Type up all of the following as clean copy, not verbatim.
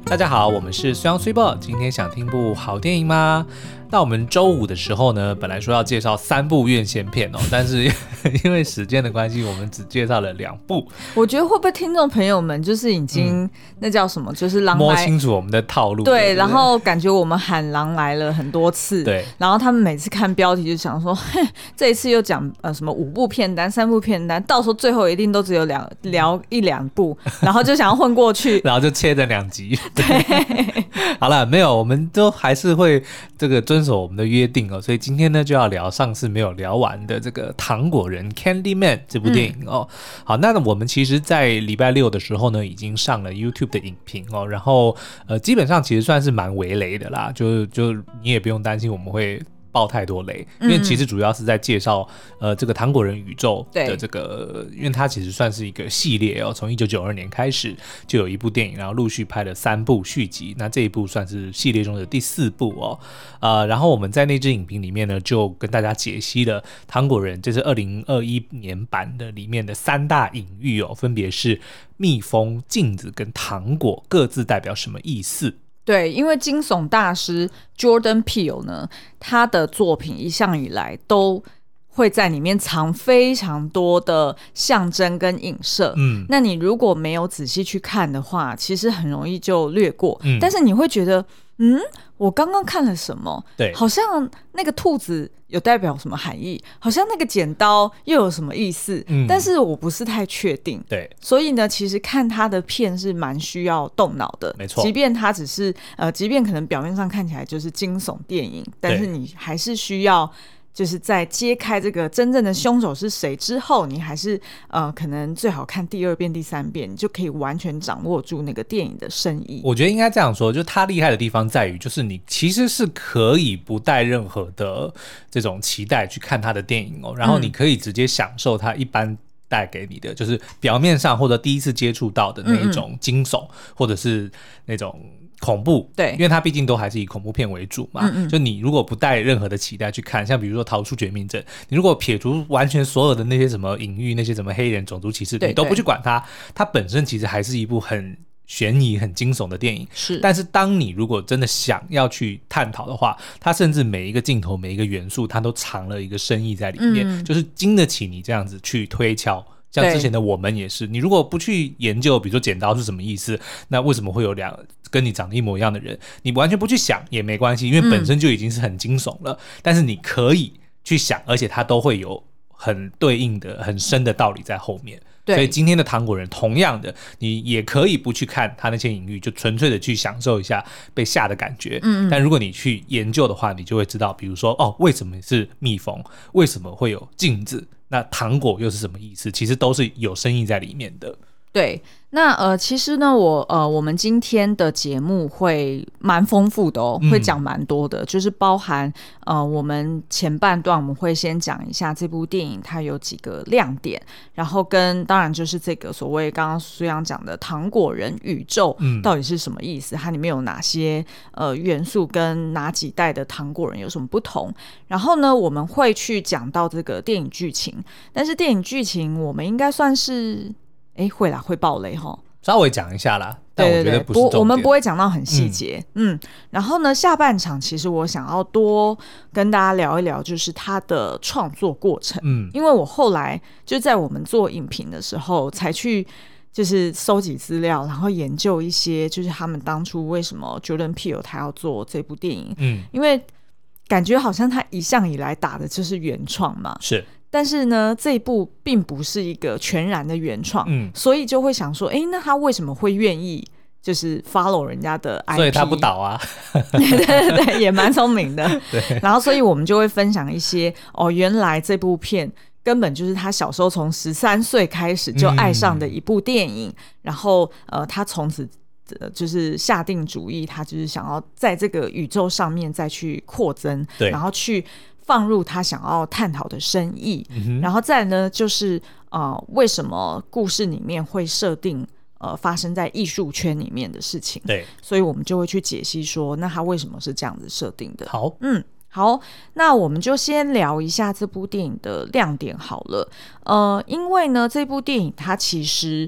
大家好，我们是虽阳虽报，今天想听部好电影吗？那我们周五的时候呢，本来说要介绍3部院线片哦，但是因为时间的关系，我们只介绍了2部。 我觉得会不会听众朋友们就是已经、那叫什么，就是狼来摸清楚我们的套路， 对， 然后感觉我们喊狼来了很多次， 对， 然后他们每次看标题就想说，这一次又讲什么5部片单、3部片单，到时候最后一定都只有聊1、2部，然后就想要混过去， 然后就切成2集。 对， 好了，没有，我们都还是会这个遵守我们的约定哦，所以今天呢就要聊上次没有聊完的这个糖果人 Candyman 这部电影哦。好，那我们其实在礼拜6的时候呢已经上了 YouTube 的影评哦，然后基本上其实算是蛮微雷的啦，就你也不用担心我们会爆太多雷，因为其实主要是在介绍这个糖果人宇宙的这个，因为它其实算是一个系列哦，从1992年开始就有一部电影，然后陆续拍了3部续集，那这一部算是系列中的第4部哦。然后我们在那支影评里面呢，就跟大家解析了糖果人，这是2021年版的里面的3大隐喻哦，分别是蜜蜂、镜子跟糖果，各自代表什么意思。 对，因为惊悚大师 Jordan Peele 呢，他的作品一向以来都会在里面藏非常多的象征跟影射，那你如果没有仔细去看的话，其实很容易就略过，但是你会觉得我刚刚看了什么？对，好像那个兔子有代表什么含义，好像那个剪刀又有什么意思，但是我不是太确定。对，所以呢，其实看他的片是蛮需要动脑的，没错。即便他只是即便可能表面上看起来就是惊悚电影，但是你还是需要。就是在揭开这个真正的凶手是谁之后，你还是可能最好看第2遍、第3遍，你就可以完全掌握住那个电影的深意。 我觉得应该这样说，就他厉害的地方在于，就是你其实是可以不带任何的这种期待去看他的电影哦，然后你可以直接享受他一般带给你的，就是表面上或者第一次接触到的那一种惊悚，或者是那种恐怖，对，因为它毕竟都还是以恐怖片为主嘛，就你如果不带任何的期待去看，像比如说逃出绝命镇，你如果撇除完全所有的那些什么隐喻，那些什么黑人种族歧视，你都不去管它，它本身其实还是一部很悬疑很惊悚的电影，是。但是当你如果真的想要去探讨的话，它甚至每一个镜头每一个元素它都藏了一个深意在里面，就是经得起你这样子去推敲。像之前的我们也是，你如果不去研究比如说剪刀是什么意思，那为什么会有跟你长得一模一样的人，你完全不去想也没关系，因为本身就已经是很惊悚了，但是你可以去想，而且它都会有很对应的很深的道理在后面。所以今天的糖果人同样的，你也可以不去看他那些隐喻，就纯粹的去享受一下被吓的感觉。但如果你去研究的话，你就会知道，比如说为什么是蜜蜂，为什么会有镜子，那糖果又是什么意思，其实都是有深意在里面的。 对，那其实呢，我们今天的节目会蛮丰富的哦，会讲蛮多的，就是包含我们前半段我们会先讲一下这部电影它有几个亮点，然后当然就是这个所谓刚刚苏阳讲的糖果人宇宙到底是什么意思，它里面有哪些元素跟哪几代的糖果人有什么不同，然后呢我们会去讲到这个电影剧情，但是电影剧情我们应该算是会啦，会爆雷齁， 稍微讲一下啦，但我觉得不是重点， 我们不会讲到很细节。然后呢，下半场其实我想要多跟大家聊一聊，就是他的创作过程。因为我后来就在我们做影评的时候，才去就是收集资料，然后研究一些，就是他们当初为什么 Jordan Peele 他要做这部电影。因为感觉好像他一向以来打的就是原创嘛，是。但是呢，这一部并不是一个全然的原创，所以就会想说，那他为什么会愿意就是 follow 人家的 IP？ 所以他不倒啊， 对，也蛮聪明的。对，然后所以我们就会分享一些原来这部片根本就是他小时候从13岁开始就爱上的一部电影，然后他从此就是下定主意，他就是想要在这个宇宙上面再去扩增，然后去放入他想要探讨的深意，然后再来呢就是为什么故事里面会设定发生在艺术圈里面的事情，对，所以我们就会去解析说那他为什么是这样子设定的。好，那我们就先聊一下这部电影的亮点好了。因为呢这部电影它其实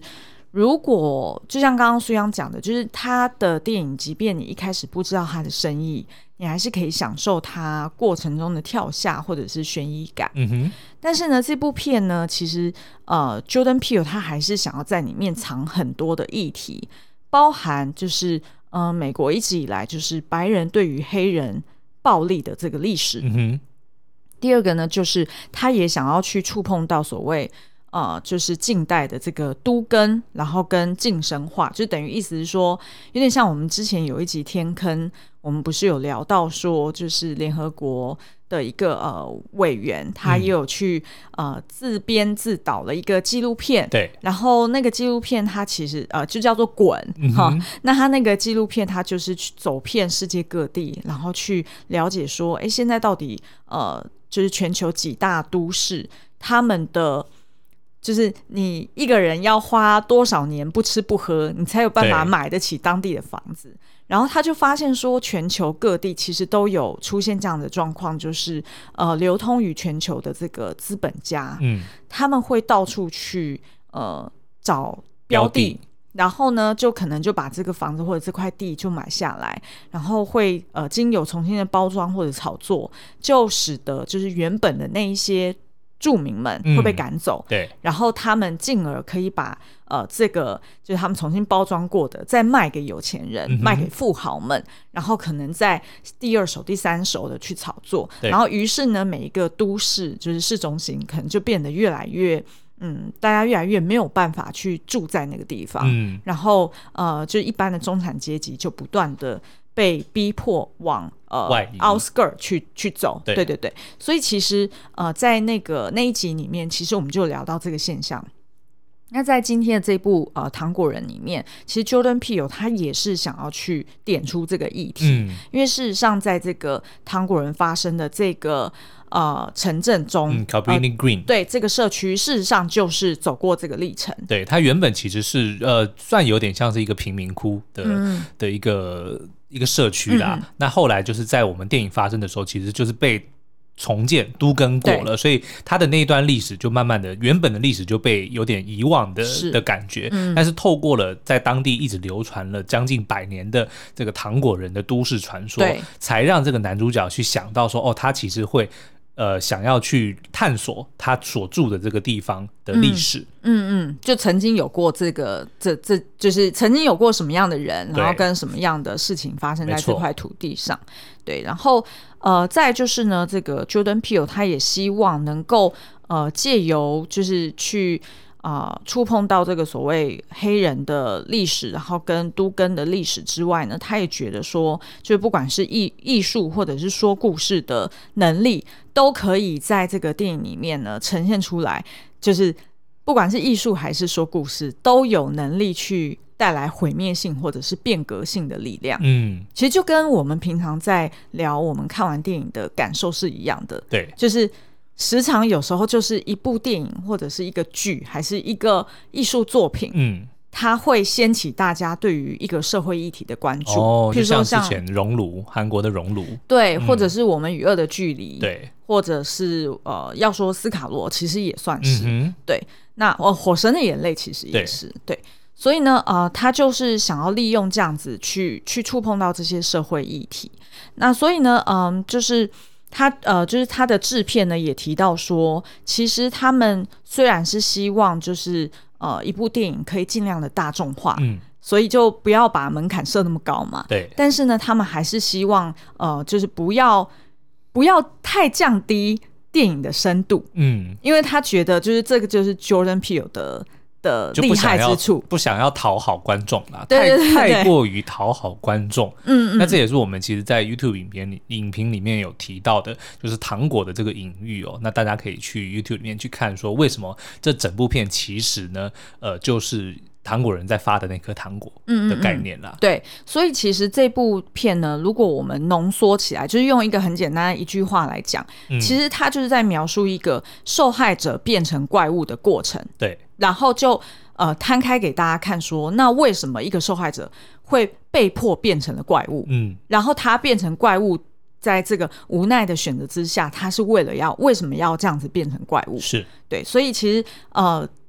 如果就像刚刚苏央讲的，就是他的电影即便你一开始不知道他的深意，你还是可以享受他过程中的跳下或者是悬疑感。但是呢这部片呢其实Jordan Peele 他还是想要在里面藏很多的议题，包含就是美国一直以来就是白人对于黑人暴力的这个历史。第二个呢就是他也想要去触碰到所谓就是近代的这个都更，然后跟近生化，就等于意思是说有点像我们之前有一集天坑，我们不是有聊到说就是联合国的一个委员，他也有去自编自导了一个纪录片。 对， 然后那个纪录片它其实就叫做滚那他那个纪录片它就是去走遍世界各地，然后去了解说现在到底就是全球几大都市他们的就是你一个人要花多少年不吃不喝你才有办法买得起当地的房子，然后他就发现说全球各地其实都有出现这样的状况，就是流通于全球的这个资本家他们会到处去找标的，然后呢就可能就把这个房子或者这块地就买下来，然后会经由重新的包装或者炒作，就使得就是原本的那一些住民们会被赶走， 对， 然后他们进而可以把这个就是他们重新包装过的再卖给有钱人卖给富豪们，然后可能在第二手第三手的去炒作，然后于是呢每一个都市就是市中心可能就变得越来越大家越来越没有办法去住在那个地方然后就一般的中产阶级就不断的被逼迫往outskirt 去走，对对对，所以其实在那一集里面，其实我们就聊到这个现象。那在今天的这部糖果人里面，其实 Jordan Peele 他也是想要去点出这个议题因为事实上在这个糖果人发生的这个城镇中 Cabrini Green 对这个社区事实上就是走过这个历程。 对，它原本其实是算有点像是一个贫民窟的一个社区啦那后来就是在我们电影发生的时候其实就是被重建都更过了，所以它的那一段历史就慢慢的原本的历史就被有点遗忘的感觉但是透过了在当地一直流传了将近100年的这个糖果人的都市传说，才让这个男主角去想到说他其实会想要去探索他所住的这个地方的历史就曾经有过这就是曾经有过什么样的人，然后跟什么样的事情发生在这块土地上。对，然后再就是呢这个 Jordan Peele 他也希望能够借由就是去触碰到这个所谓黑人的历史，然后跟都更的历史之外呢，他也觉得说就是不管是艺术或者是说故事的能力都可以在这个电影里面呢呈现出来，就是不管是艺术还是说故事都有能力去带来毁灭性或者是变革性的力量其实就跟我们平常在聊我们看完电影的感受是一样的。对，就是时常有时候就是一部电影或者是一个剧还是一个艺术作品它会掀起大家对于一个社会议题的关注譬如说像之前熔炉韩国的熔炉对或者是我们与恶的距离对或者是要说斯卡罗其实也算是对那火神的眼泪其实也是对所以呢他就是想要利用这样子去触碰到这些社会议题。那所以呢就是就是他的制片呢也提到说其实他们虽然是希望就是一部电影可以尽量的大众化所以就不要把门槛设那么高嘛对但是呢他们还是希望就是不要太降低电影的深度因为他觉得就是这个就是 Jordan Peele 的厉害之处， 不想要讨好观众啦， 对对对对太过于讨好观众那这也是我们其实在 YouTube 影评里面有提到的，就是糖果的这个隐喻那大家可以去 YouTube 里面去看说为什么这整部片其实呢就是糖果人在发的那颗糖果的概念啦对，所以其实这部片呢如果我们浓缩起来就是用一个很简单的一句话来讲其实它就是在描述一个受害者变成怪物的过程对然后就摊开给大家看说那为什么一个受害者会被迫变成了怪物然后他变成怪物在这个无奈的选择之下他是为什么要这样子变成怪物是对所以其实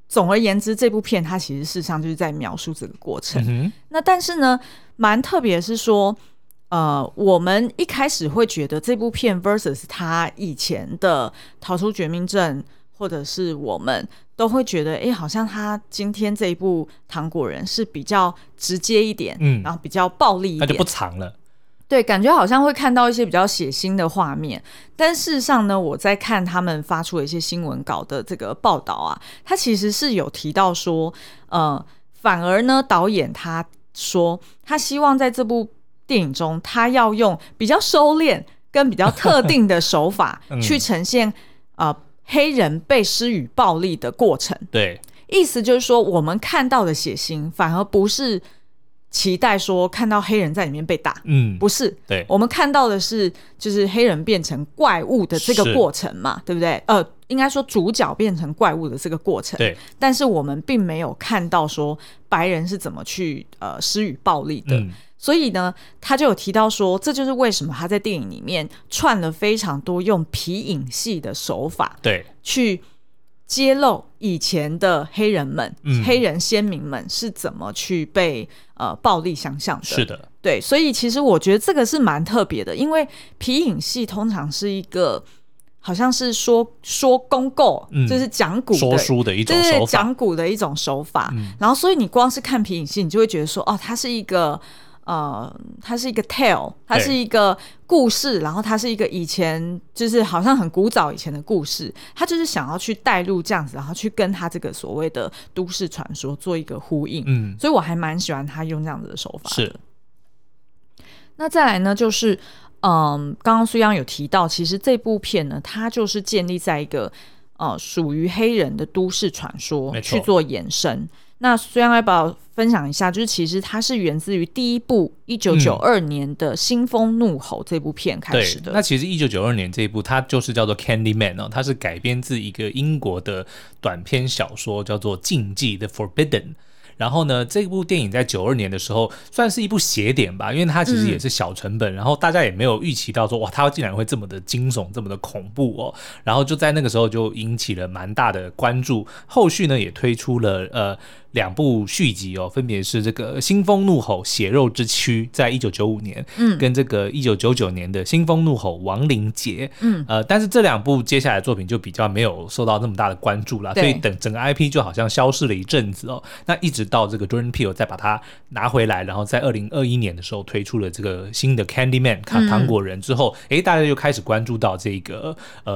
总而言之，这部片它其实事实上就是在描述这个过程。那但是呢，蛮特别的是说，我们一开始会觉得这部片 versus 他以前的逃出绝命镇，或者是我们都会觉得，好像他今天这一部糖果人是比较直接一点，然后比较暴力一点， 他就不藏了。 对，感觉好像会看到一些比较血腥的画面，但事实上呢，我在看他们发出的一些新闻稿的这个报道啊，他其实是有提到说，反而呢，导演他说他希望在这部电影中，他要用比较收敛跟比较特定的手法去呈现黑人被施予暴力的过程。 对， 意思就是说，我们看到的血腥反而不是期待说看到黑人在里面被打，不是， 对， 我们看到的是就是黑人变成怪物的这个过程嘛，对不对？应该说主角变成怪物的这个过程， 对， 但是我们并没有看到说白人是怎么去施予暴力的。所以呢，他就有提到说，这就是为什么他在电影里面串了非常多用皮影戏的手法， 对， 去揭露以前的黑人们、黑人先民们是怎么去被暴力想象的。 是的， 对，所以其实我觉得这个是蛮特别的，因为皮影戏通常是一个好像是说公构，就是讲古的说书的一种手法， 讲古的一种手法。然后，所以你光是看皮影戏，你就会觉得说，它是一个tale， 它是一个故事，然后它是一个以前就是好像很古早以前的故事，它就是想要去带入这样子，然后去跟它这个所谓的都市传说做一个呼应。所以我还蛮喜欢他用这样子的手法的。是。那再来呢，就是刚刚苏央有提到，其实这部片呢，它就是建立在一个属于黑人的都市传说去做延伸。那苏央要不要分享一下，就是其实它是源自于第一部1992年的《腥风怒吼》这部片开始的。 对，那其实1992年这一部它就是叫做 Candyman 它是改编自一个英国的短篇小说叫做禁忌的 Forbidden。然后呢，这部电影在92年的时候算是一部邪典吧，因为它其实也是小成本，然后大家也没有预期到说哇，它竟然会这么的惊悚，这么的恐怖然后就在那个时候就引起了蛮大的关注。后续呢也推出了2部续集分别是这个《腥风怒吼血肉之躯》在1995年，跟这个1999年的《腥风怒吼亡灵节》。但是这2部接下来的作品就比较没有受到那么大的关注啦，所以整个 IP 就好像消失了一阵子那一直到这个 Jordan Peele 再把它拿回来，然后在2021年的时候推出了这个新的 Candyman 糖果人之后，大家就开始关注到这个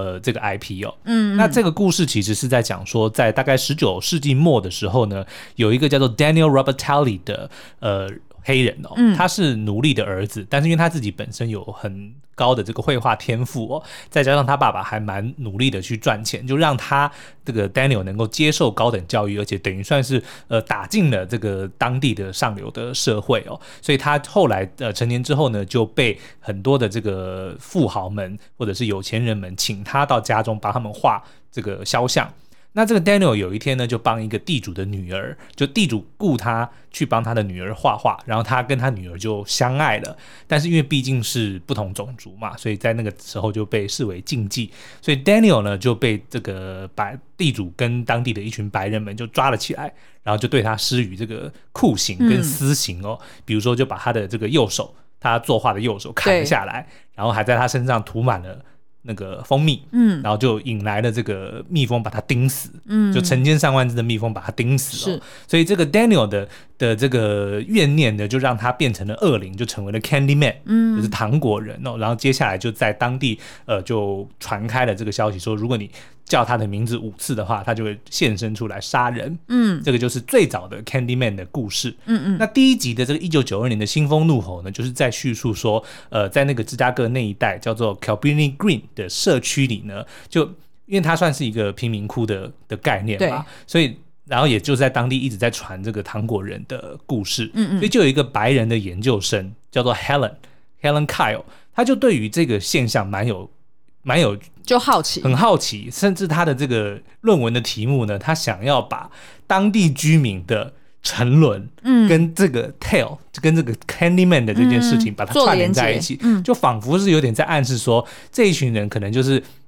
IP 那这个故事其实是在讲说，在大概19世纪末的时候呢，有一个叫做 Daniel Robertalli 的黑人他是奴隶的儿子，但是因为他自己本身有很高的这个绘画天赋再加上他爸爸还蛮努力的去赚钱，就让他这个 Daniel 能够接受高等教育，而且等于算是打进了这个当地的上流的社会所以他后来成年之后呢，就被很多的这个富豪们或者是有钱人们请他到家中帮他们画这个肖像。那这个 Daniel 有一天呢，就帮一个地主的女儿，就地主雇他去帮他的女儿画画，然后他跟他女儿就相爱了。但是因为毕竟是不同种族嘛，所以在那个时候就被视为禁忌，所以 Daniel 呢就被这个地主跟当地的一群白人们就抓了起来，然后就对他施予这个酷刑跟私刑比如说就把他的这个右手，他作画的右手砍了下来，然后还在他身上涂满了那个蜂蜜，然后就引来了这个蜜蜂把它叮死，就成千上万只的蜜蜂把它叮死所以这个 Daniel 的这个怨念呢，就让他变成了恶灵，就成为了 Candyman，就是糖果人然后接下来就在当地就传开了这个消息说，如果你叫他的名字5次的话，他就会现身出来杀人。这个就是最早的 Candyman 的故事。那第一集的这个1992年的腥风怒吼呢，就是在叙述说在那个芝加哥那一带叫做 Cabrini Green 的社区里呢，就因为它算是一个贫民窟的概念嘛，所以然后也就在当地一直在传这个糖果人的故事。所以就有一个白人的研究生叫做 Helen Kyle， 他就对于这个现象蛮有就好奇， 很好奇，甚至他的这个论文的题目呢，他想要把当地居民的沉沦跟这个 tale 跟这个 Candyman 的这件事情把它串联在一起，就仿佛是有点在暗示说，这一群人可能就是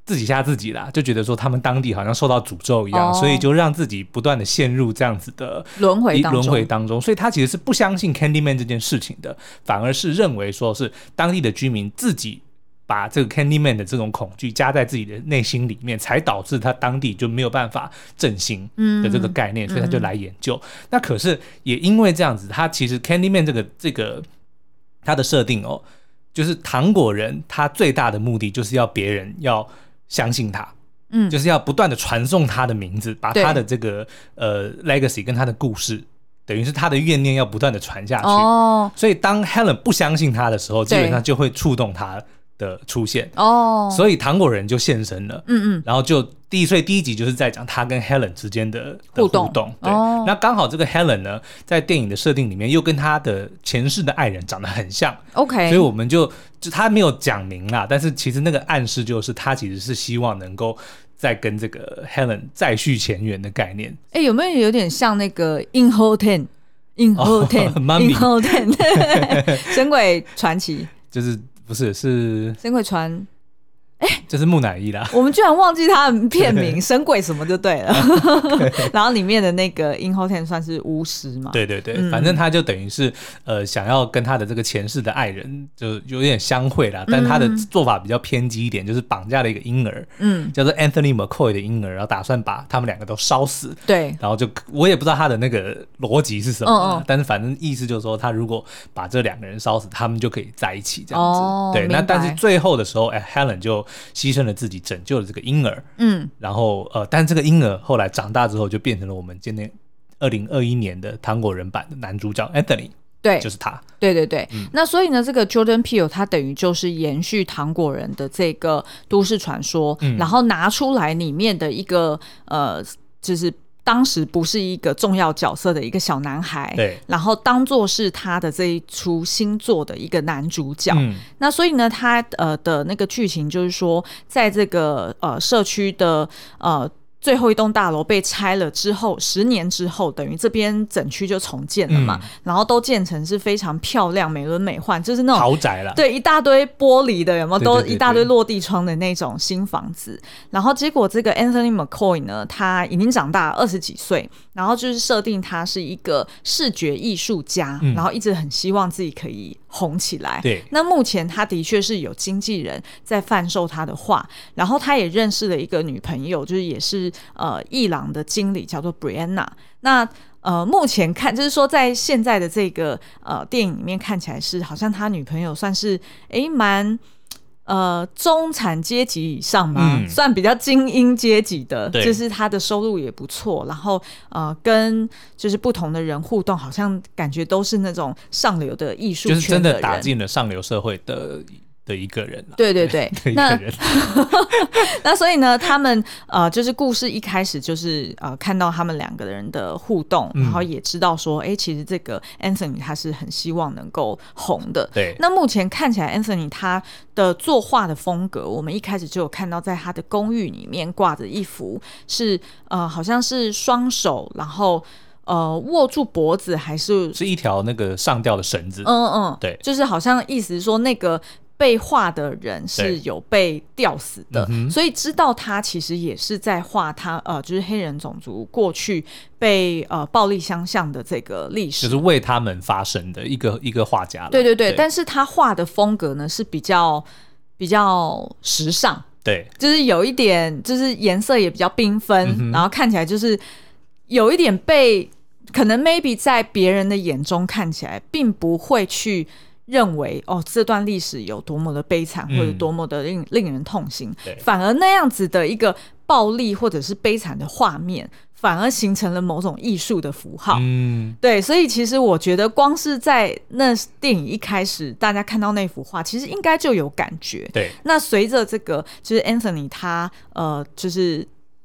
自己吓自己啦，就觉得说他们当地好像受到诅咒一样，所以就让自己不断的陷入这样子的轮回当中，所以他其实是不相信 Candyman 这件事情的，反而是认为说是当地的居民自己把这个 Candyman 的这种恐惧加在自己的内心里面，才导致他当地就没有办法振兴的这个概念，所以他就来研究。那可是也因为这样子，他其实 Candyman 这个他的设定哦，就是糖果人他最大的目的就是要别人要相信他，就是要不断的传颂他的名字，把他的这个legacy 跟他的故事，等于是他的怨念要不断的传下去。所以当 Helen 不相信他的时候，基本上就会触动他的出现。所以糖果人就现身了。然后就所以第一集就是在讲他跟 Helen 之间的互动。对，那刚好这个 Helen 呢，在电影的设定里面又跟他的前世的爱人长得很像。 OK， 所以我们就他没有讲明啦，但是其实那个暗示就是他其实是希望能够再跟这个 Helen 再续前缘的概念。 有没有点像那个 Inhoten 神鬼传奇？ 就是不是神鬼传。 就是木乃伊啦， 我们居然忘记他的片名神鬼什么就对了。然后里面的那个 Inhoten 算是巫师嘛， 对，反正他就等于是想要跟他的这个前世的爱人就有点相会啦，但他的做法比较偏激一点，就是绑架了一个婴儿，叫做 Anthony McCoy 的婴儿，然后打算把他们两个都烧死。 对， 然后就我也不知道他的那个逻辑是什么，但是反正意思就是说，他如果把这两个人烧死，他们就可以在一起这样子。对，那但是最后的时候，Helen 就牺牲了自己，拯救了这个婴儿。然后但是这个婴儿后来长大之后，就变成了我们今年2021年的糖果人版的男主角 Anthony。对，就是他。 对，那所以呢，这个 Jordan Peele 他等于就是延续糖果人的这个都市传说，然后拿出来里面的一个就是当时不是一个重要角色的一个小男孩， 对， 然后当作是他的这一出新作的一个男主角。那所以呢，他的那个剧情就是说，在这个社区的最后一栋大楼被拆了之后，10年之后，等于这边整区就重建了嘛，然后都建成是非常漂亮、美轮美奂，就是那种豪宅了， 对，一大堆玻璃的，有没有？都一大堆落地窗的那种新房子。然后结果这个 Anthony McCoy 呢，他已经长大20几岁，然后就是设定他是一个视觉艺术家，然后一直很希望自己可以红起来。 对， 那目前他的确是有经纪人在贩售他的画，然后他也认识了一个女朋友，就是也是艺廊的经理，叫做 Brianna。那目前看就是说，在现在的这个电影里面看起来是好像他女朋友算是蛮中产阶级以上嘛，算比较精英阶级的，就是他的收入也不错，然后跟就是不同的人互动，好像感觉都是那种上流的艺术圈的人， 就是真的打进了上流社会的一个人。 对那所以呢，他们就是故事一开始就是看到他们两个人的互动，然后也知道说其实这个 Anthony 他是很希望能够红的。 对， 那目前看起来 Anthony 他的作画的风格，我们一开始就有看到在他的公寓里面挂着一幅是好像是双手，然后握住脖子，还是一条那个上吊的绳子。对， 就是好像意思是说那个被画的人是有被吊死的，所以知道他其实也是在画他就是黑人种族过去被暴力相向的这个历史， 就是为他们发声的一个画家了。 对，但是他画的风格呢是比较时尚， 对， 就是有一点就是颜色也比较缤纷，然后看起来就是有一点被可能 maybe 在别人的眼中看起来并不会去认为这段历史有多么的悲惨或者多么的令人痛心，反而那样子的一个暴力或者是悲惨的画面反而形成了某种艺术的符号。对，所以其实我觉得光是在那电影一开始大家看到那幅画其实应该就有感觉。 对， 那随着这个就是 Anthony 他就是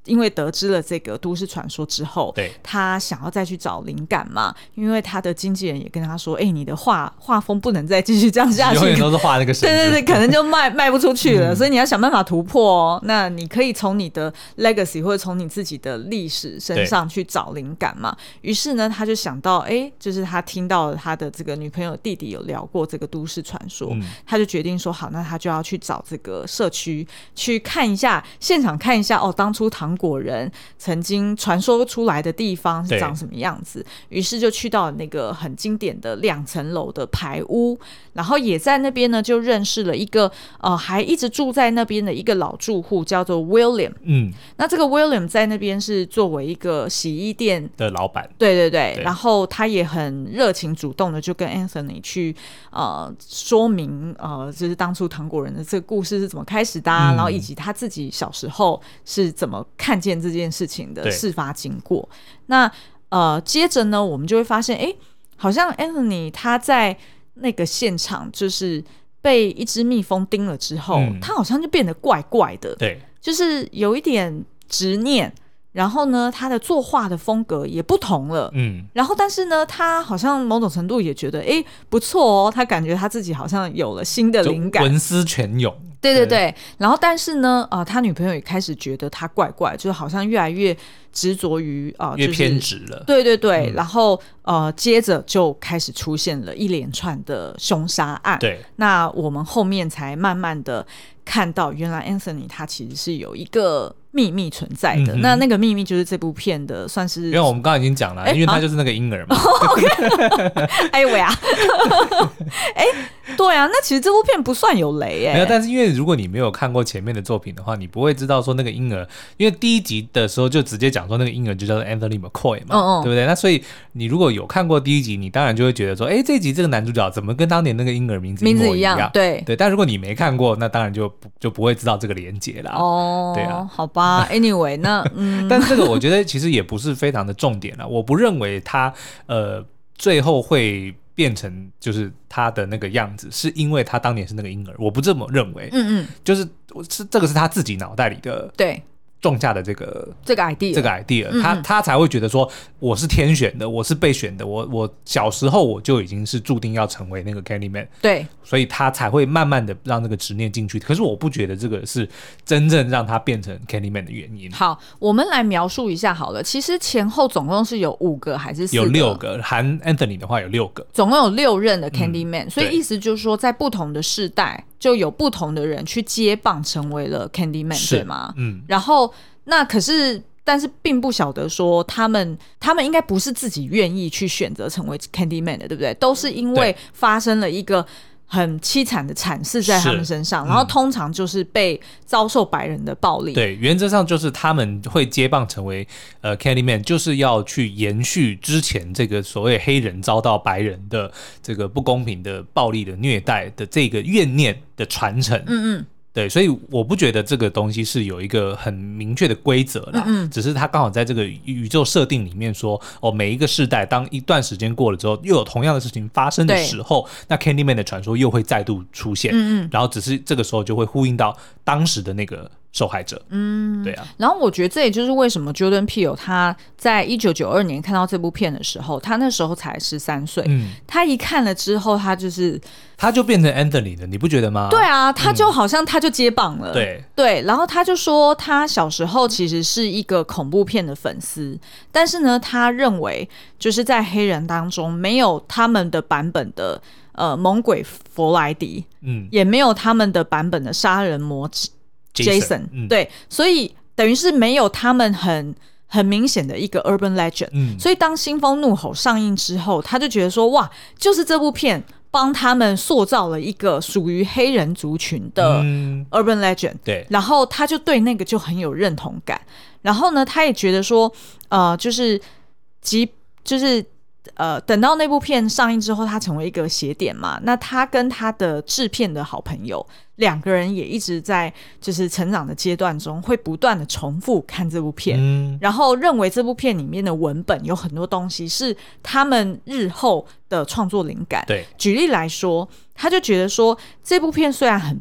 因为得知了这个都市传说之后， 对， 他想要再去找灵感嘛，因为他的经纪人也跟他说，你的画风不能再继续这样下去， 永远都是画那个绳子， 对对对，可能就卖不出去了，所以你要想办法突破哦。那你可以从你的 legacy 或者从你自己的历史身上去找灵感嘛。于是呢，他就想到，就是他听到了他的这个女朋友弟弟有聊过这个都市传说，他就决定说，好，那他就要去找这个社区去看一下，现场看一下当初糖果人曾经传说出来的地方是长什么样子。于是就去到那个很经典的2层楼的排屋，然后也在那边呢就认识了一个还一直住在那边的一个老住户，叫做 William。那这个 William 在那边是作为一个洗衣店的老板， 对对 对，然后他也很热情主动的就跟 Anthony 去说明就是当初糖果人的这个故事是怎么开始的然后以及他自己小时候是怎么看见这件事情的事发经过。那接着呢我们就会发现好像 Anthony 他在那个现场就是被一只蜜蜂叮了之后，他好像就变得怪怪的， 对， 就是有一点执念，然后呢他的作画的风格也不同了，然后但是呢他好像某种程度也觉得不错他感觉他自己好像有了新的灵感， 文思泉涌， 对对对，然后但是呢他女朋友也开始觉得他怪怪，就是好像越来越执着于越偏执了， 对对对，然后接着就开始出现了一连串的凶杀案， 对， 那我们后面才慢慢的看到原来 Anthony 他其实是有一个秘密存在的，那个秘密就是这部片的算是， 因为我们刚刚已经讲了，因为他就是那个婴儿嘛哎喂啊对啊，那其实这部片不算有雷没有，但是因为如果你没有看过前面的作品的话，你不会知道说那个婴儿，因为第1集的时候就直接讲说那个婴儿就叫做 Anthony McCoy 嘛，对不对？那所以你如果有看过第1集，你当然就会觉得说这一集这个男主角怎么跟当年那个婴儿名字一模一样， 对对。但如果你没看过，那当然就不会知道这个连结啦，对啊， 好吧，anyway 那但这个我觉得其实也不是非常的重点啦，我不认为他最后会变成就是他的那个样子是因为他当年是那个婴儿，我不这么认为，就是这个是他自己脑袋里的对种下的这个 idea，他才会觉得说我是天选的，我是被选的，我小时候我就已经是注定要成为那个 Candyman， 对， 所以他才会慢慢的让那个执念进去。可是我不觉得这个是真正让他变成 Candyman 的原因。 好，我们来描述一下好了。其实前后总共是有5个还是4个？ 有6个，含 Anthony 的话有6个， 总共有6任的 Candyman，所以意思就是说在不同的世代就有不同的人去接棒成为了 Candyman， 对吗？然后那可是但是并不晓得说他们应该不是自己愿意去选择成为 Candyman 的，对不对？都是因为发生了一个很凄惨的惨事在他们身上，然后通常就是被遭受白人的暴力。 对，原则上就是他们会接棒成为Candyman， 就是要去延续之前这个所谓黑人遭到白人的这个不公平的暴力的虐待的这个怨念的传承。对，所以我不觉得这个东西是有一个很明确的规则啦，只是他刚好在这个宇宙设定里面说，每一个世代当一段时间过了之后，又有同样的事情发生的时候，那 Candyman 的传说又会再度出现，然后只是这个时候就会呼应到当时的那个受害者。对啊。 然后我觉得这也就是为什么 Jordan Peele 他在1992年看到这部片的时候，他那时候才13岁，他一看了之后，他就变成 Anthony 了，你不觉得吗？ 对啊，他就好像他就接棒了。对，然后他就说他小时候其实是一个恐怖片的粉丝，但是呢，他认为就是在黑人当中没有他们的版本的猛鬼弗莱迪，也没有他们的版本的杀人魔Jason，对，所以等于是没有他们很明显的一个 urban legend，所以当腥风怒吼上映之后，他就觉得说哇，就是这部片帮他们塑造了一个属于黑人族群的 urban legend， 对， 然后他就对那个就很有认同感，然后呢，他也觉得说等到那部片上映之后，他成为一个写点嘛，那他跟他的制片的好朋友2个人也一直在就是成长的阶段中会不断的重复看这部片，然后认为这部片里面的文本有很多东西是他们日后的创作灵感。 对， 举例来说，他就觉得说这部片虽然很棒，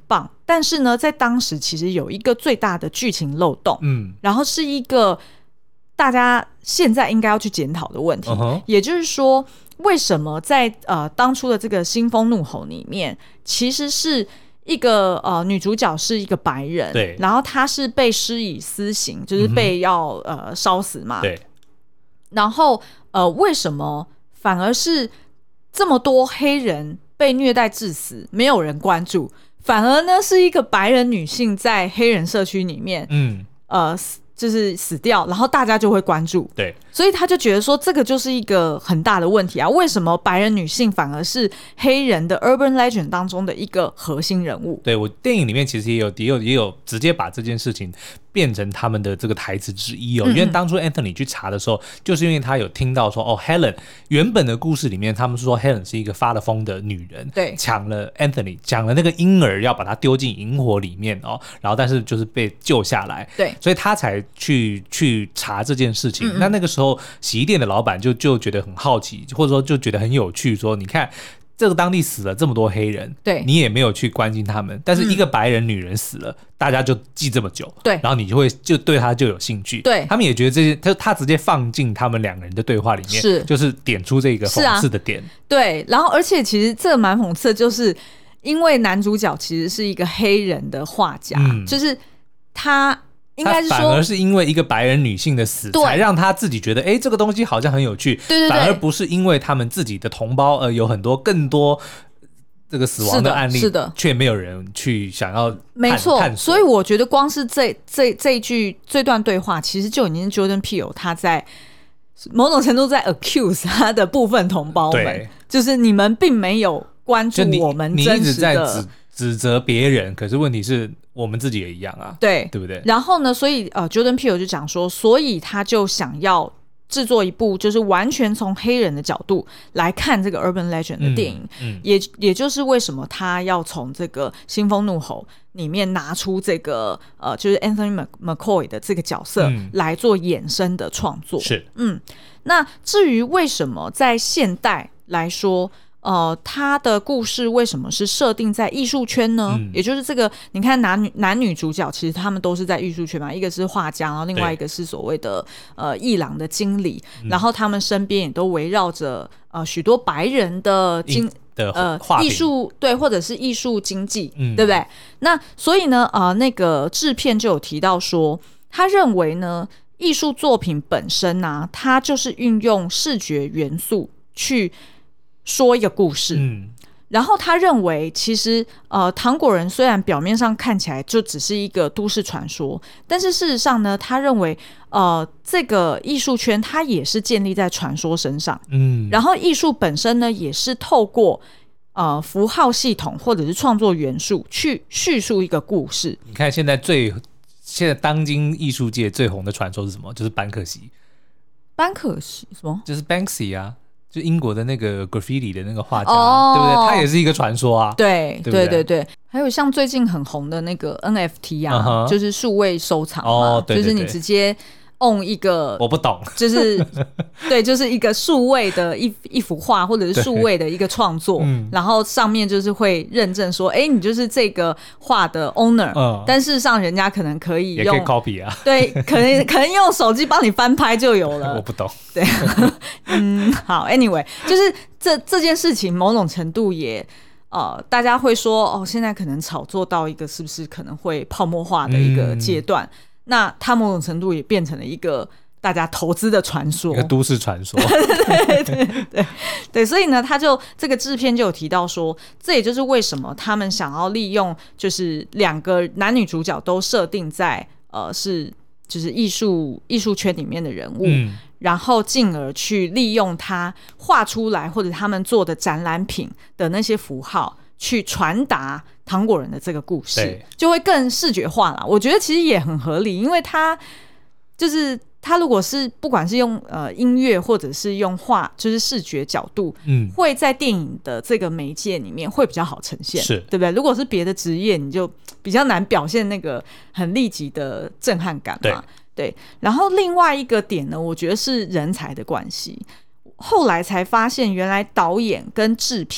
但是呢在当时其实有一个最大的剧情漏洞，然后是一个大家现在应该要去检讨的问题，也就是说为什么在当初的这个腥风怒吼里面，其实是一个女主角是一个白人， 对， 然后她是被施以私刑，就是被要烧死嘛， 对， 然后为什么反而是这么多黑人被虐待致死没有人关注，反而呢是一个白人女性在黑人社区里面就是死掉，然后大家就会关注， 对， 所以他就觉得说这个就是一个很大的问题啊，为什么白人女性反而是黑人的 urban legend 当中的一个核心人物？ 对，我电影里面其实也有直接把这件事情变成他们的这个台词之一因为当初 Anthony 去查的时候，就是因为他有听到说Helen 原本的故事里面他们是说 Helen 是一个发了疯的女人， 对， 抢了 Anthony 抢了那个婴儿要把他丢进萤火里面然后但是就是被救下来， 对， 所以他才去查这件事情那个时候洗衣店的老板就觉得很好奇，或者说就觉得很有趣，说你看这个当地死了这么多黑人， 对， 你也没有去关心他们，但是一个白人女人死了，大家就记这么久， 对， 然后你就对他就有兴趣， 对， 他们也觉得这些，他直接放进他们两个人的对话里面，就是点出这个讽刺的点， 对，然后而且其实这蛮讽刺的，就是因为男主角其实是一个黑人的画家，就是他应该是说反而是因为一个白人女性的死才让他自己觉得这个东西好像很有趣， 对， 反而不是因为他们自己的同胞有很多更多这个死亡的案例， 是的， 却没有人去想要没错，所以我觉得光是这段对话其实就已经是 Jordan Peele 他在某种程度在 accuse 他的部分同胞们，就是你们并没有关注我们真实的， 你一直在指责别人，可是问题是我们自己也一样啊， 对不对？ 然后呢，所以Jordan Peele 就讲说，所以他就想要制作一部就是完全从黑人的角度来看这个 urban legend 的电影，也就是为什么他要从这个腥风怒吼里面拿出这个就是 Anthony McCoy 的这个角色来做衍生的创作， 是那至于为什么在现代来说他的故事为什么是设定在艺术圈呢？也就是这个，你看男女主角其实他们都是在艺术圈嘛，一个是画家，然后另外一个是所谓的艺廊的经理，然后他们身边也都围绕着许多白人的艺术，对，或者是艺术经济，对不对？那所以呢，那个制片就有提到说，他认为呢，艺术作品本身啊，它就是运用视觉元素去说一个故事，然后他认为其实糖果人虽然表面上看起来就只是一个都市传说，但是事实上呢，他认为这个艺术圈它也是建立在传说身上，然后艺术本身呢也是透过符号系统或者是创作元素去叙述一个故事。 你看现在当今艺术界最红的传说是什么？就是班克西什么？就是 Banksy 啊，就英国的那个 graffiti 的那个画家，对不对？他也是一个传说啊， 对对对对。还有像最近很红的那个 NFT 啊，就是数位收藏嘛， 对对对， 就是你直接on一个， 我不懂， 就是对，就是一个数位的一幅画或者是数位的一个创作，然后上面就是会认证说，你就是这个画的 owner，但事实上人家可能可以用， 也可以 copy 啊， 对，可能用手机帮你翻拍就有了， 我不懂， 对，好 ，anyway， 就是这件事情某种程度也。大家会说现在可能炒作到一个是不是可能会泡沫化的一个阶段，那它某种程度也变成了一个大家投资的传说， 一个都市传说。 对，所以呢，这个制片就有提到说，这也就是为什么他们想要利用就是两个男女主角都设定在就是艺术圈里面的人物，然后进而去利用他画出来或者他们做的展览品的那些符号去传达糖果人的这个故事，就会更视觉化啦。我觉得其实也很合理，因为他如果是不管是用音乐或者是用画，就是视觉角度，会在电影的这个媒介里面会比较好呈现， 是对不对？如果是别的职业，你就比较难表现那个很立即的震撼感嘛。对，然后另外一个点呢，我觉得是人才的关系。后来才发现，原来导演跟制片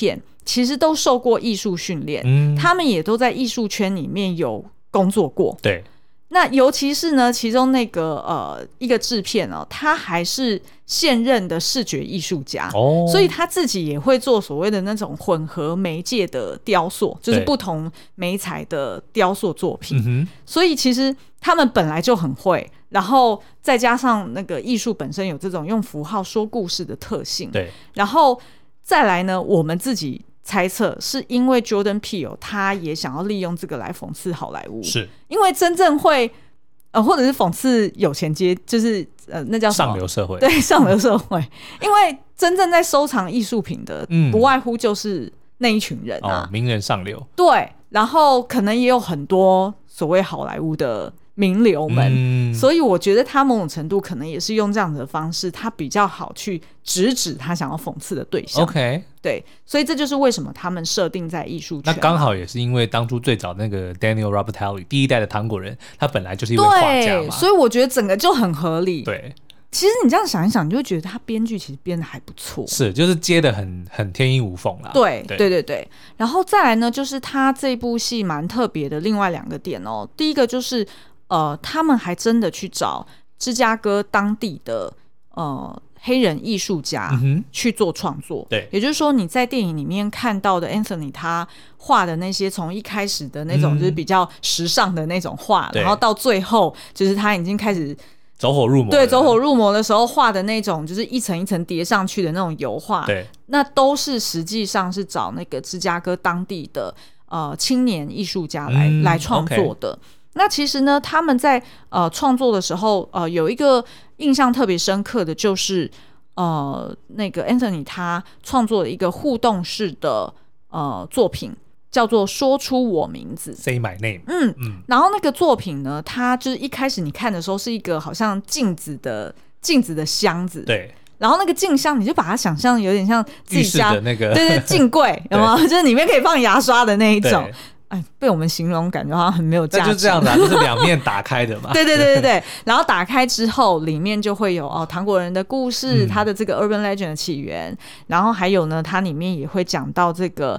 其实都受过艺术训练，他们也都在艺术圈里面有工作过。 对， 那尤其是呢，其中那个一个制片哦，他还是现任的视觉艺术家，所以他自己也会做所谓的那种混合媒介的雕塑，就是不同媒材的雕塑作品。所以其实他们本来就很会，然后再加上那个艺术本身有这种用符号说故事的特性， 对， 然后再来呢，我们自己猜测是因为 Jordan Peele 他也想要利用这个来讽刺好莱坞， 是因为真正会或者是讽刺有钱阶，就是那叫什么上流社会， 对，上流社会，因为真正在收藏艺术品的，不外乎就是那一群人啊， 名人上流， 对，然后可能也有很多所谓好莱坞的名流们，所以我觉得他某种程度可能也是用这样子的方式，他比较好去直指他想要讽刺的对象。 OK， 对，所以这就是为什么他们设定在艺术圈。 那刚好也是因为当初最早那个 Daniel Robertalli 第一代的糖果人，他本来就是一位画家嘛， 对，所以我觉得整个就很合理。 对， 其实你这样想一想，你就会觉得他编剧其实编的还不错， 是就是接的很天衣无缝啦。 对对对对，然后再来呢，就是他这部戏蛮特别的另外2个点哦。第一个就是他们还真的去找芝加哥当地的黑人艺术家去做创作， 对， 也就是说你在电影里面看到的 Anthony 他画的那些从一开始的那种就是比较时尚的那种画，然后到最后就是他已经开始走火入魔， 对，走火入魔的时候画的那种就是一层一层叠上去的那种油画， 对， 那都是实际上是找那个芝加哥当地的青年艺术家来创作的。那其实呢，他们在创作的时候，有一个印象特别深刻的就是那个 Anthony 他创作了一个互动式的作品，叫做说出我名字 Say My Name。 然后那个作品呢，它就是一开始你看的时候是一个好像镜子的箱子， 对， 然后那个镜箱你就把它想象有点像自己家浴室的那个对镜柜有没有？就是里面可以放牙刷的那一种。哎，被我们形容感觉好像很没有价值。 那就这样的，就是两面打开的嘛。 对对对对对，然后打开之后，里面就会有糖果人的故事，它的这个 urban legend 的起源，然后还有呢，它里面也会讲到这个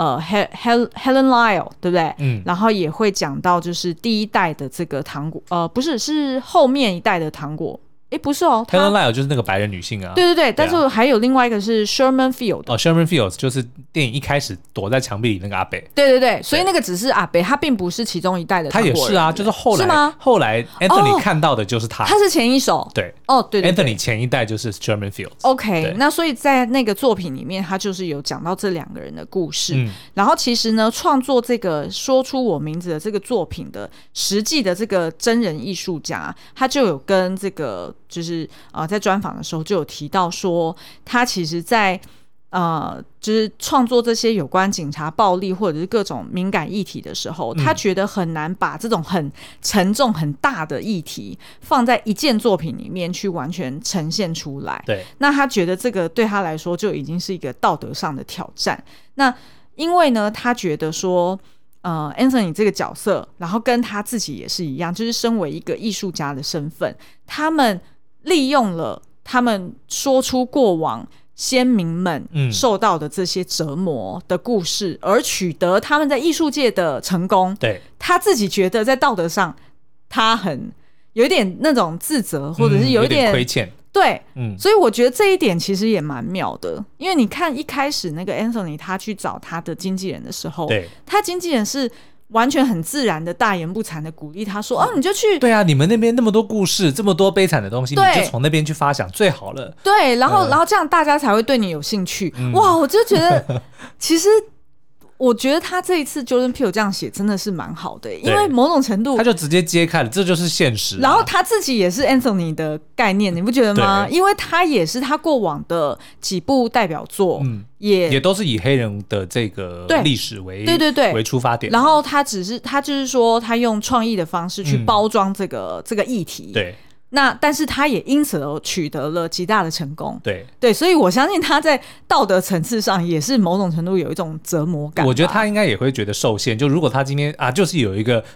Helen Lyle， 对不对？然后也会讲到就是第一代的这个糖果，不是，是后面一代的糖果。不是哦 Helen Lyle 就是那个白人女性啊。 对对对，但是还有另外一个是 Sherman Field。 Sherman Fields 就是电影一开始躲在墙壁里那个阿北。 对对对，所以那个只是阿北，他并不是其中一代的糖果人。 他也是啊，就是后来是吗？ 后来 Anthony 看到的就是他， 他是前一手。 对， 对对对 Anthony 前一代就是 Sherman Fields。 OK， 那所以在那个作品里面，他就是有讲到这2个人的故事。然后其实呢，创作这个说出我名字的这个作品的实际的这个真人艺术家，他就有跟这个就是在专访的时候就有提到说，他其实在就是创作这些有关警察暴力或者是各种敏感议题的时候，他觉得很难把这种很沉重很大的议题放在一件作品里面去完全呈现出来。 对， 那他觉得这个对他来说就已经是一个道德上的挑战。那因为呢，他觉得说Anthony 这个角色，然后跟他自己也是一样，就是身为一个艺术家的身份，他们利用了他们说出过往先民们受到的这些折磨的故事，而取得他们在艺术界的成功。 对， 他自己觉得在道德上他很有一点那种自责，或者是有一点亏欠。 对，所以我觉得这一点其实也蛮妙的，因为你看一开始那个 Anthony 他去找他的经纪人的时候， 对， 他经纪人是完全很自然的大言不惭的鼓励他说你就去， 对啊，你们那边那么多故事，这么多悲惨的东西，你就从那边去发想最好了。 对，然后这样大家才会对你有兴趣。哇，我就觉得其实我觉得他这一次 Jordan Peele 这样写真的是蛮好的，因为某种程度他就直接揭开了，这就是现实。 然后他自己也是 Anthony 的概念，你不觉得吗？因为他也是他过往的几部代表作，也都是以黑人的这个历史为为出发点。 然后他就是说他用创意的方式去包装这个议题。 对。 但是他也因此而取得了极大的成功。 对， 所以我相信他在道德层次上也是某种程度有一种折磨感。 我觉得他应该也会觉得受限，就如果他今天就是有一个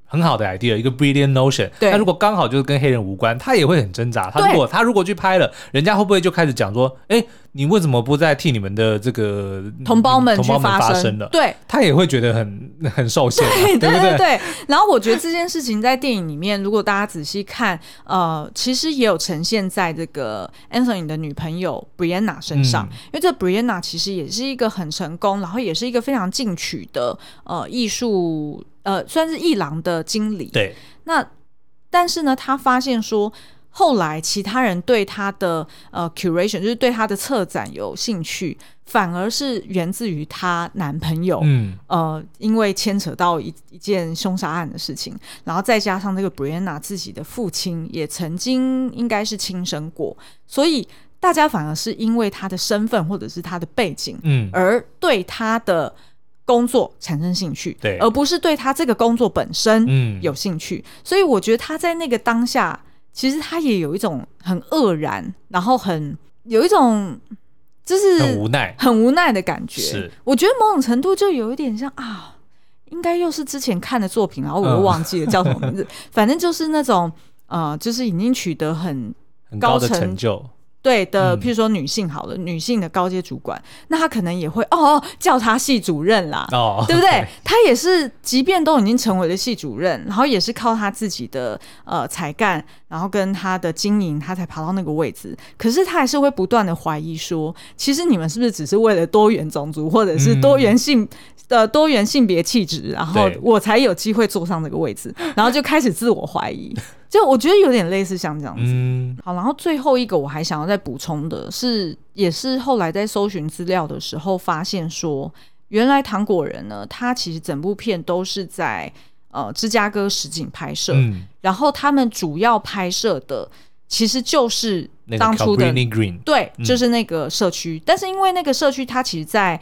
很好的 idea， 一个 brilliant notion。那如果刚好就是跟黑人无关，他也会很挣扎。他如果去拍了，人家会不会就开始讲说，哎，你为什么不再替你们的这个同胞们去发声了？ 对， 他也会觉得很受限、 对不对？ 对。然后我觉得这件事情在电影里面，如果大家仔细看，其实也有呈现在这个 Anthony 的女朋友 Brianna 身上，因为这 Brianna 其实也是一个很成功，然后也是一个非常进取的艺术。算是艺廊的经理。 对。 但是呢，他发现说，后来其他人对他的curation， 就是对他的策展有兴趣，反而是源自于她男朋友。因为牵扯到一件凶杀案的事情，然后再加上这个 Brianna 自己的父亲也曾经应该是轻生过，所以大家反而是因为他的身份或者是他的背景，而对他的工作产生兴趣， 对， 而不是对他这个工作本身有兴趣。所以我觉得他在那个当下，其实他也有一种很愕然，然后有一种就是很无奈的感觉。 是， 我觉得某种程度就有一点像应该又是之前看的作品，然后我又忘记了叫什么名字。反正就是那种就是已经取得很高的成就。 对的，譬如说女性好了，女性的高阶主管，那他可能也会叫他系主任啦，对不对？他也是，即便都已经成为了系主任，然后也是靠他自己的才干，然后跟他的经营，他才爬到那个位置。可是他还是会不断的怀疑说，其实你们是不是只是为了多元种族或者是多元性别气质，然后我才有机会坐上这个位置，然后就开始自我怀疑。就我觉得有点类似像这样子。好，然后最后一个我还想要再补充的是，也是后来在搜寻资料的时候发现说，原来糖果人呢，他其实整部片都是在芝加哥实景拍摄，然后他们主要拍摄的其实就是当初的对，就是那个社区。但是因为那个社区它其实在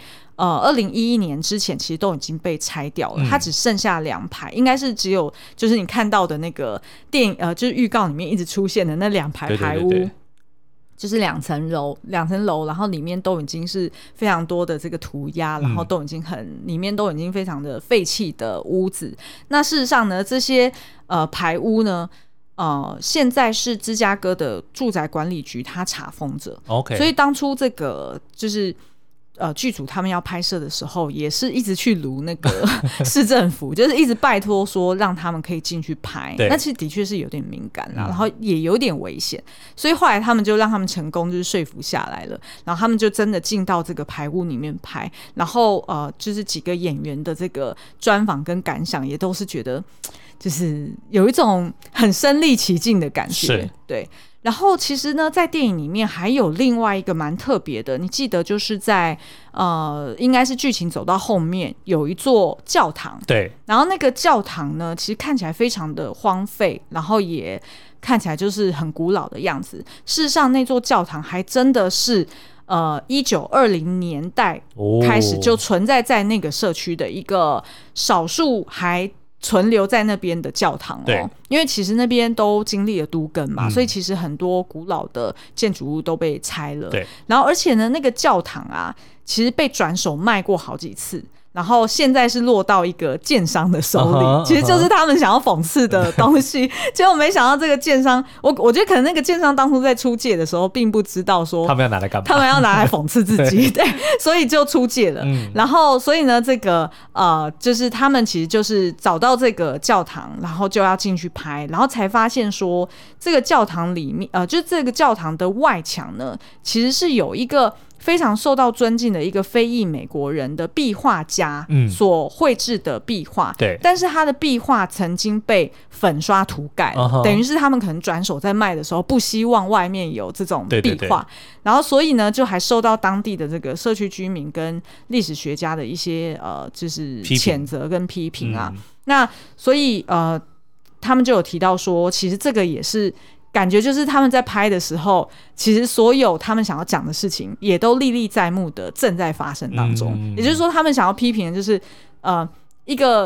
2011年之前其实都已经被拆掉了，它只剩下2排，应该是只有就是你看到的那个电影就是预告里面一直出现的那2排排屋，对，就是2层楼，然后里面都已经是非常多的这个涂鸦，然后都已经里面都已经非常的废弃的屋子。那事实上呢，这些排屋呢现在是芝加哥的住宅管理局他查封着。所以当初这个就是剧组他们要拍摄的时候，也是一直去撸那个市政府，就是一直拜托说让他们可以进去拍。那其实的确是有点敏感啦，然后也有点危险，所以后来他们就让他们成功就是说服下来了，然后他们就真的进到这个排屋里面拍，然后就是几个演员的这个专访跟感想也都是觉得就是有一种很身临其境的感觉。对。然后其实呢，在电影里面还有另外一个蛮特别的，你记得就是在应该是剧情走到后面有一座教堂，对，然后那个教堂呢，其实看起来非常的荒废，然后也看起来就是很古老的样子。事实上，那座教堂还真的是1920年代开始就存在在那个社区的一个少数还存留在那边的教堂因为其实那边都经历了都更嘛，所以其实很多古老的建筑物都被拆了。对，然后而且呢，那个教堂啊，其实被转手卖过好几次。然后现在是落到一个建商的手里，其实就是他们想要讽刺的东西。结果没想到这个建商，我觉得可能那个建商当初在出借的时候，并不知道说他们要拿来干嘛， 他们要拿来讽刺自己，对，所以就出借了。然后所以呢，这个就是他们其实就是找到这个教堂，然后就要进去拍，然后才发现说这个教堂里面就这个教堂的外墙呢，其实是有一个非常受到尊敬的一个非裔美国人的壁画家所绘制的壁画，对，但是他的壁画曾经被粉刷涂改了，等于是他们可能转手在卖的时候不希望外面有这种壁画，然后所以呢就还受到当地的这个社区居民跟历史学家的一些就是谴责跟批评啊。那所以他们就有提到说，其实这个也是感觉就是他们在拍的时候，其实所有他们想要讲的事情也都历历在目的正在发生当中。也就是说，他们想要批评的就是一个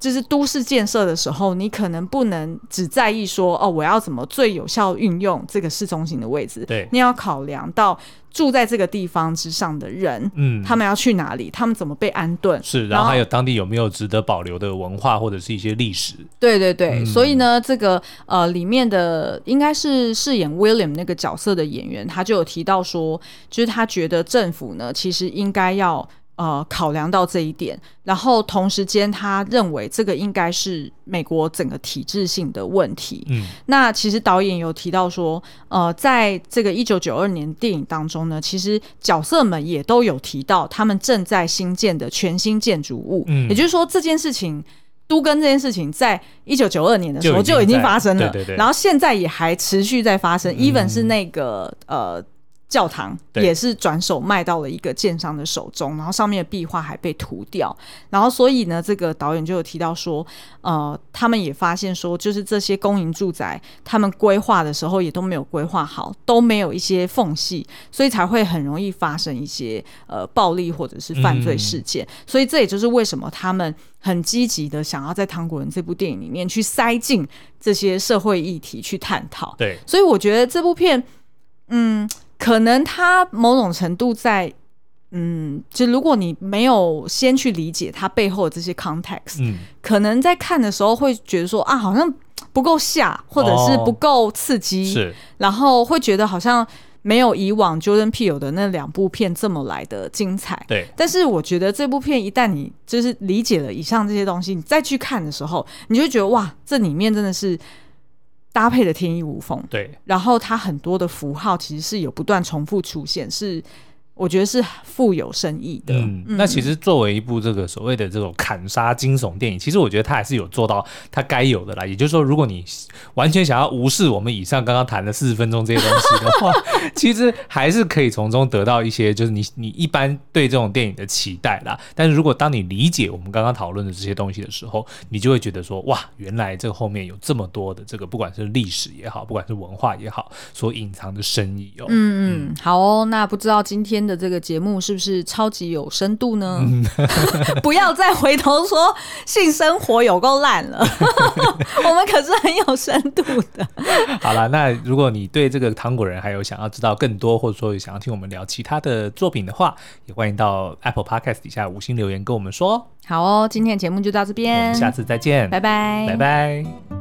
就是都市建设的时候，你可能不能只在意说我要怎么最有效运用这个市中心的位置， 对， 你要考量到住在这个地方之上的人，他们要去哪里，他们怎么被安顿， 是，然后还有当地有没有值得保留的文化或者是一些历史。 对对对，所以呢，这个里面的应该是饰演 William 那个角色的演员，他就有提到说，就是他觉得政府呢其实应该要考量到这一点，然后同时间他认为这个应该是美国整个体制性的问题。那其实导演有提到说在这个1992年电影当中呢，其实角色们也都有提到他们正在新建的全新建筑物，也就是说这件事情都跟这件事情在1992年的时候就已经发生了， 对对对， 然后现在也还持续在发生，even 是那个教堂也是转手卖到了一个建商的手中，然后上面的壁画还被涂掉，然后所以呢，这个导演就有提到说，他们也发现说，就是这些公营住宅，他们规划的时候也都没有规划好，都没有一些缝隙，所以才会很容易发生一些暴力或者是犯罪事件。所以这也就是为什么他们很积极的想要在《糖果人》这部电影里面去塞进这些社会议题去探讨。 对， 所以我觉得这部片，可能它某种程度在，就如果你没有先去理解它背后的这些 context，可能在看的时候会觉得说啊，好像不够吓，或者是不够刺激， 是， 然后会觉得好像没有以往 Jordan Peele 的那2部片这么来的精彩。 对， 但是我觉得这部片一旦你就是理解了以上这些东西，你再去看的时候，你就会觉得哇，这里面真的是搭配的天衣无缝。 对， 然后它很多的符号其实是有不断重复出现，是我觉得是富有深意的。 那其实作为一部这个所谓的这种砍杀惊悚电影，其实我觉得它还是有做到它该有的啦。也就是说，如果你完全想要无视我们以上刚刚谈的40分钟这些东西的话，其实还是可以从中得到一些就是你一般对这种电影的期待啦。但是如果当你理解我们刚刚讨论的这些东西的时候，你就会觉得说，哇，原来这个后面有这么多的这个不管是历史也好，不管是文化也好，所隐藏的深意哦。 好哦，那不知道今天的这个节目是不是超级有深度呢？不要再回头说性生活有够烂了，我们可是很有深度的。 好啦，那如果你对这个糖果人还有想要知道更多，或者说想要听我们聊其他的作品的话，也欢迎到 Apple Podcast 底下5星留言跟我们说。 好哦，今天的节目就到这边， 我们下次再见， 拜拜， 拜拜。